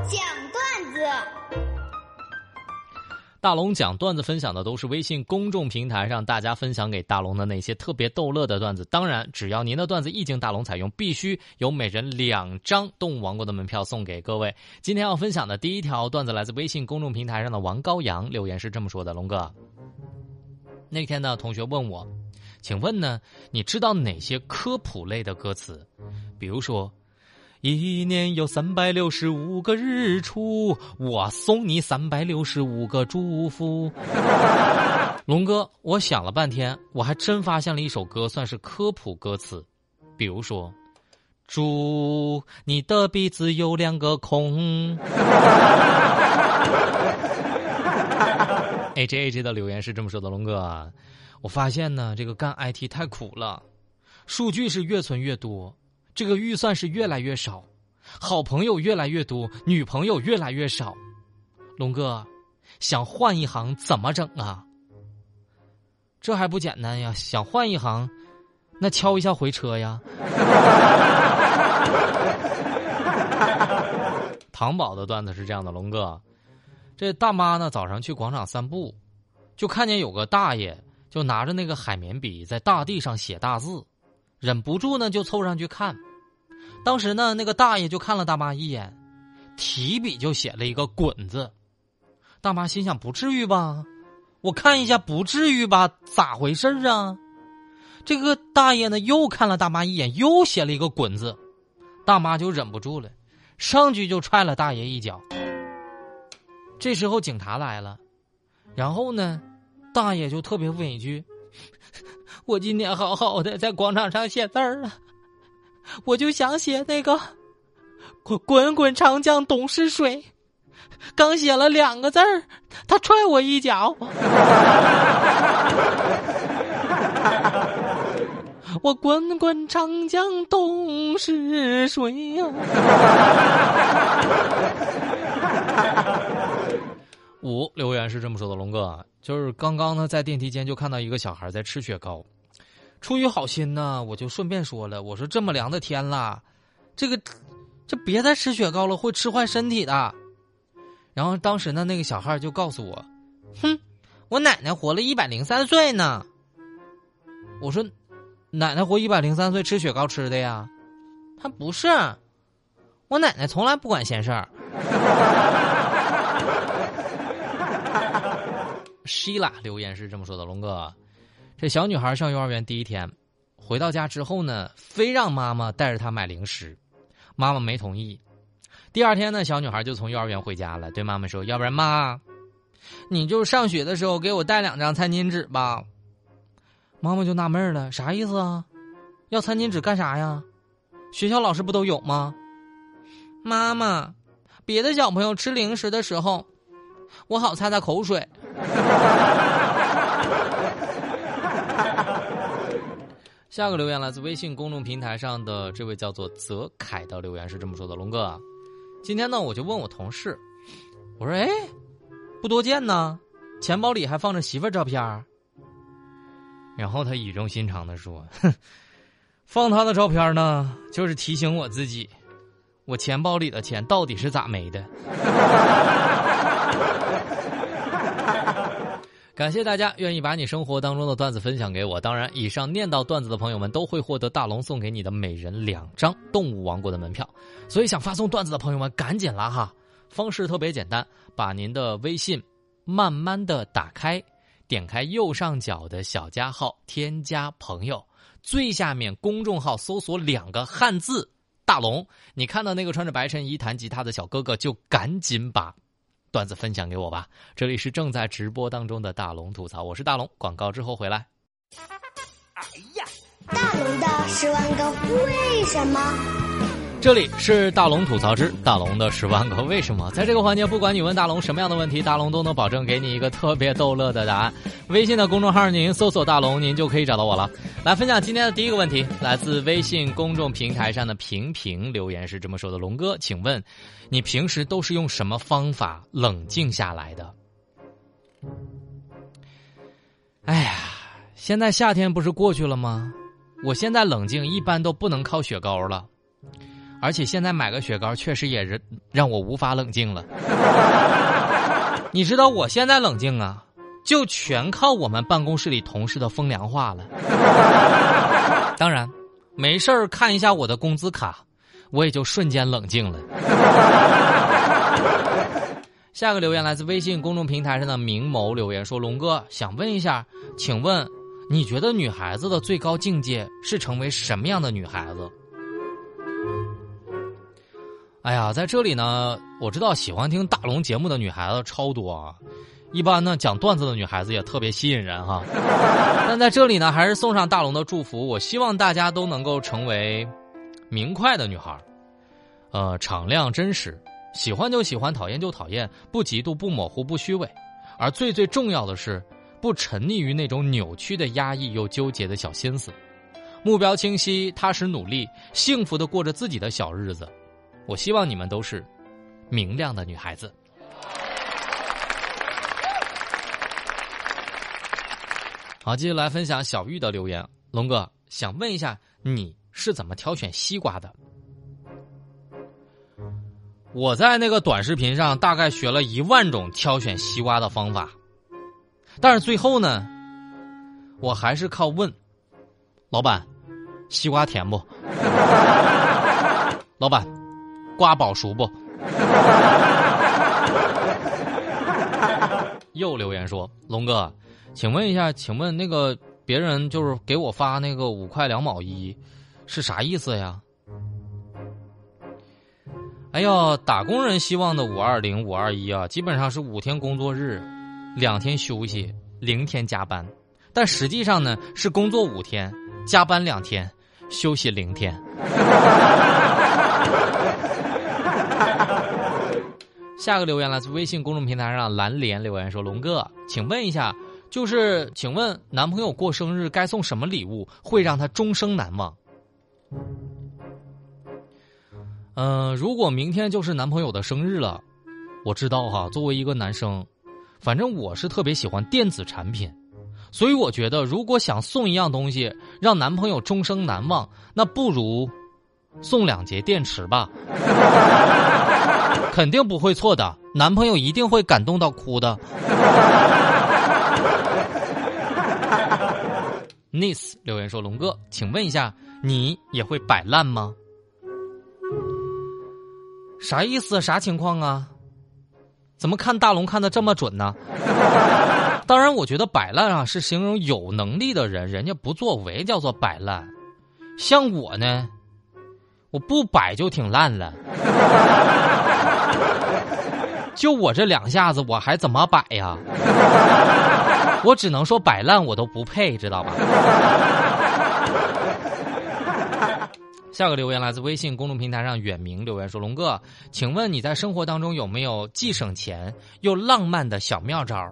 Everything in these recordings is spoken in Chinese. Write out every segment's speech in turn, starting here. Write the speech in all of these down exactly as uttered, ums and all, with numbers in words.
讲段子。 大龙讲段子分享的都是微信公众平台上大家分享给大龙的那些特别逗乐的段子。当然，只要您的段子一经大龙采用，必须有每人两张动物王国的门票送给各位。今天要分享的第一条段子来自微信公众平台上的王高阳，留言是这么说的：龙哥，那天呢，同学问我，请问呢，你知道哪些科普类的歌词？比如说，一年有三百六十五个日出，我送你三百六十五个祝福。龙哥，我想了半天，我还真发现了一首歌算是科普歌词。比如说，祝你的鼻子有两个孔。A J A J 的留言是这么说的：龙哥，我发现呢，这个干 I T 太苦了，数据是越存越多，这个预算是越来越少，好朋友越来越多，女朋友越来越少。龙哥，想换一行怎么整啊？这还不简单呀，想换一行，那敲一下回车呀。糖宝的段子是这样的：龙哥，这大妈呢早上去广场散步，就看见有个大爷就拿着那个海绵笔在大地上写大字，忍不住呢就凑上去看。当时呢那个大爷就看了大妈一眼，提笔就写了一个滚字。大妈心想，不至于吧，我看一下，不至于吧，咋回事啊？这个大爷呢又看了大妈一眼，又写了一个滚字。大妈就忍不住了，上去就踹了大爷一脚。这时候警察来了，然后呢大爷就特别委屈，我今天好好的在广场上写字儿了，我就想写那个滚滚滚长江东逝水，刚写了两个字儿，他踹我一脚。我滚滚长江东逝水呀。五留言是这么说的：龙哥，就是刚刚呢在电梯间就看到一个小孩在吃雪糕，出于好心呢，我就顺便说了，我说这么凉的天了，这个这别再吃雪糕了，会吃坏身体的。然后当时呢那个小孩就告诉我，哼，我奶奶活了一百零三岁呢。我说奶奶活一百零三岁吃雪糕吃的呀？他不是，我奶奶从来不管闲事儿。希拉留言是这么说的：龙哥，这小女孩上幼儿园第一天回到家之后呢，非让妈妈带着她买零食，妈妈没同意。第二天呢，小女孩就从幼儿园回家了，对妈妈说，要不然妈，你就上学的时候给我带两张餐巾纸吧。妈妈就纳闷了，啥意思啊？要餐巾纸干啥呀？学校老师不都有吗？妈妈，别的小朋友吃零食的时候，我好擦擦口水。下个留言来自微信公众平台上的这位叫做泽凯的留言是这么说的：龙哥，今天呢我就问我同事，我说，哎，不多见呢，钱包里还放着媳妇儿照片。然后他语重心长地说，哼，放他的照片呢就是提醒我自己，我钱包里的钱到底是咋没的。感谢大家愿意把你生活当中的段子分享给我，当然以上念到段子的朋友们都会获得大龙送给你的每人两张动物王国的门票。所以想发送段子的朋友们赶紧啦哈，方式特别简单，把您的微信慢慢的打开，点开右上角的小加号，添加朋友，最下面公众号搜索两个汉字大龙，你看到那个穿着白衬衣弹吉他的小哥哥，就赶紧把段子分享给我吧。这里是正在直播当中的大龙吐槽，我是大龙，广告之后回来。 哎呀，大龙的十万个为什么。 这里是大龙吐槽之大龙的十万个为什么。在这个环节，不管你问大龙什么样的问题，大龙都能保证给你一个特别逗乐的答案。微信的公众号您搜索大龙，您就可以找到我了。来分享今天的第一个问题，来自微信公众平台上的平平留言是这么说的：龙哥，请问你平时都是用什么方法冷静下来的？哎呀，现在夏天不是过去了吗？我现在冷静一般都不能靠雪糕了， 而且现在买个雪糕确实也是让我无法冷静了。你知道我现在冷静啊，就全靠我们办公室里同事的风凉话了。当然没事儿看一下我的工资卡，我也就瞬间冷静了。下个留言来自微信公众平台上的明某留言说，龙哥想问一下，请问你觉得女孩子的最高境界是成为什么样的女孩子？哎呀，在这里呢，我知道喜欢听大龙节目的女孩子超多啊，一般呢讲段子的女孩子也特别吸引人哈。但在这里呢，还是送上大龙的祝福，我希望大家都能够成为明快的女孩，呃，敞亮真实，喜欢就喜欢，讨厌就讨厌，不嫉妒，不模糊，不虚伪，而最最重要的是，不沉溺于那种扭曲的压抑又纠结的小心思，目标清晰，踏实努力，幸福的过着自己的小日子。我希望你们都是明亮的女孩子。好，接着来分享小玉的留言。龙哥想问一下，你是怎么挑选西瓜的？我在那个短视频上大概学了一万种挑选西瓜的方法，但是最后呢，我还是靠问老板，西瓜甜不？老板，瓜保熟不？又留言说，龙哥请问一下，请问那个别人就是给我发那个五块两毛一是啥意思呀？哎呀，打工人希望的五二零五二一啊，基本上是五天工作日，两天休息，零天加班，但实际上呢是工作五天，加班两天，休息零天。下个留言来自微信公众平台上蓝莲留言说，龙哥请问一下，就是请问男朋友过生日该送什么礼物会让他终生难忘？嗯、呃，如果明天就是男朋友的生日了，我知道哈，作为一个男生，反正我是特别喜欢电子产品，所以我觉得如果想送一样东西让男朋友终生难忘，那不如送两节电池吧。肯定不会错的，男朋友一定会感动到哭的。Nice 留言说，龙哥请问一下，你也会摆烂吗？啥意思？啥情况啊？怎么看大龙看得这么准呢？当然我觉得摆烂啊是形容有能力的人，人家不作为叫做摆烂。像我呢，我不摆就挺烂了。就我这两下子我还怎么摆呀？我只能说摆烂我都不配，知道吧？下个留言来自微信公众平台上远明留言说，龙哥请问你在生活当中有没有既省钱又浪漫的小妙招？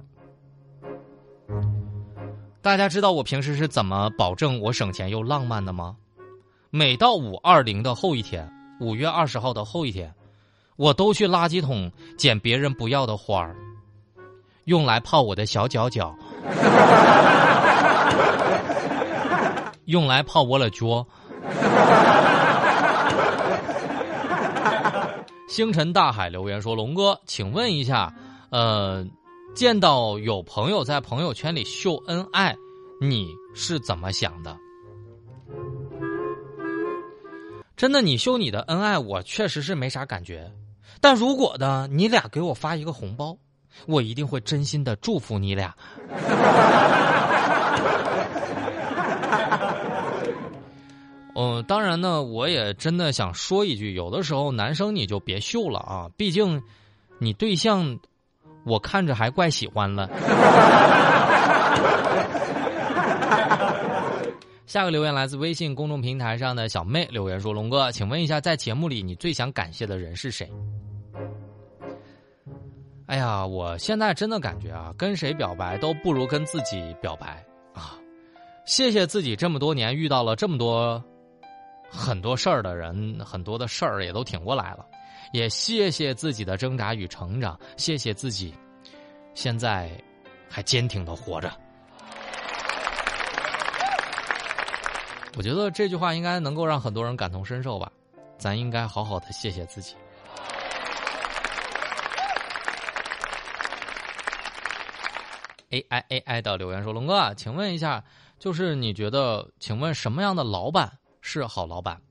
大家知道我平时是怎么保证我省钱又浪漫的吗？每到五二零的后一天，五月二十号的后一天，我都去垃圾桶捡别人不要的花儿，用来泡我的小脚脚，用来泡我的脚。星辰大海留言说，龙哥请问一下，呃，见到有朋友在朋友圈里秀恩爱，你是怎么想的？真的，你秀你的恩爱，我确实是没啥感觉。但如果呢，你俩给我发一个红包，我一定会真心的祝福你俩。嗯、呃，当然呢，我也真的想说一句，有的时候男生你就别秀了啊，毕竟你对象我看着还怪喜欢了。下个留言来自微信公众平台上的小妹留言说，龙哥请问一下，在节目里你最想感谢的人是谁？哎呀，我现在真的感觉啊，跟谁表白都不如跟自己表白啊！谢谢自己这么多年遇到了这么多很多事儿的人，很多的事儿也都挺过来了，也谢谢自己的挣扎与成长，谢谢自己现在还坚挺的活着。我觉得这句话应该能够让很多人感同身受吧。 咱应该好好的谢谢自己。A I A I 的留言说：“龙哥啊，请问一下，就是你觉得，请问什么样的老板是好老板？”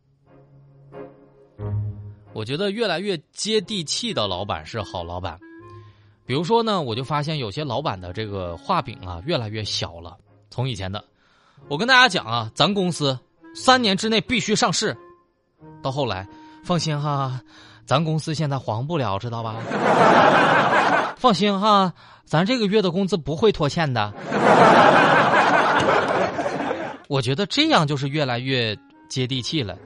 我觉得越来越接地气的老板是好老板。比如说呢，我就发现有些老板的这个画饼啊越来越小了。从以前的，我跟大家讲啊，咱公司三年之内必须上市，到后来，放心哈，咱公司现在黄不了，知道吧？放心哈，咱这个月的工资不会拖欠的。我觉得这样就是越来越接地气了。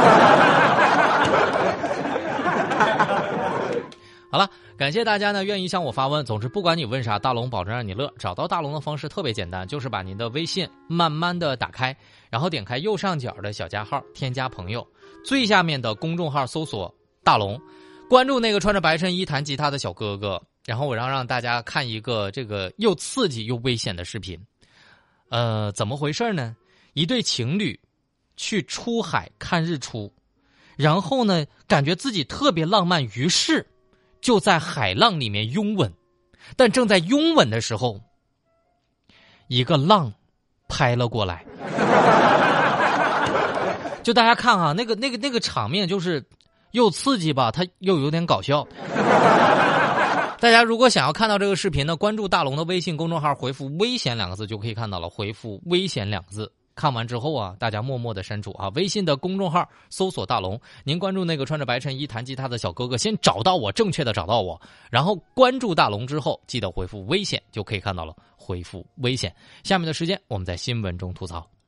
好了，感谢大家呢愿意向我发问。总之不管你问啥，大龙保证让你乐。找到大龙的方式特别简单，就是把您的微信慢慢的打开，然后点开右上角的小加号，添加朋友，最下面的公众号搜索大龙，关注那个穿着白衬衣弹吉他的小哥哥，然后我让让大家看一个这个又刺激又危险的视频。呃，怎么回事呢？一对情侣去出海看日出，然后呢感觉自己特别浪漫，于是就在海浪里面拥吻，但正在拥吻的时候，一个浪拍了过来。就大家看啊，那个那个那个场面就是又刺激吧，它又有点搞笑。大家如果想要看到这个视频呢，关注大龙的微信公众号，回复危险两个字就可以看到了。回复危险两个字，看完之后啊，大家默默的删除啊。微信的公众号搜索大龙，您关注那个穿着白衬衣弹吉他的小哥哥，先找到我，正确的找到我，然后关注大龙之后，记得回复危险就可以看到了。回复危险，下面的时间我们在新闻中吐槽。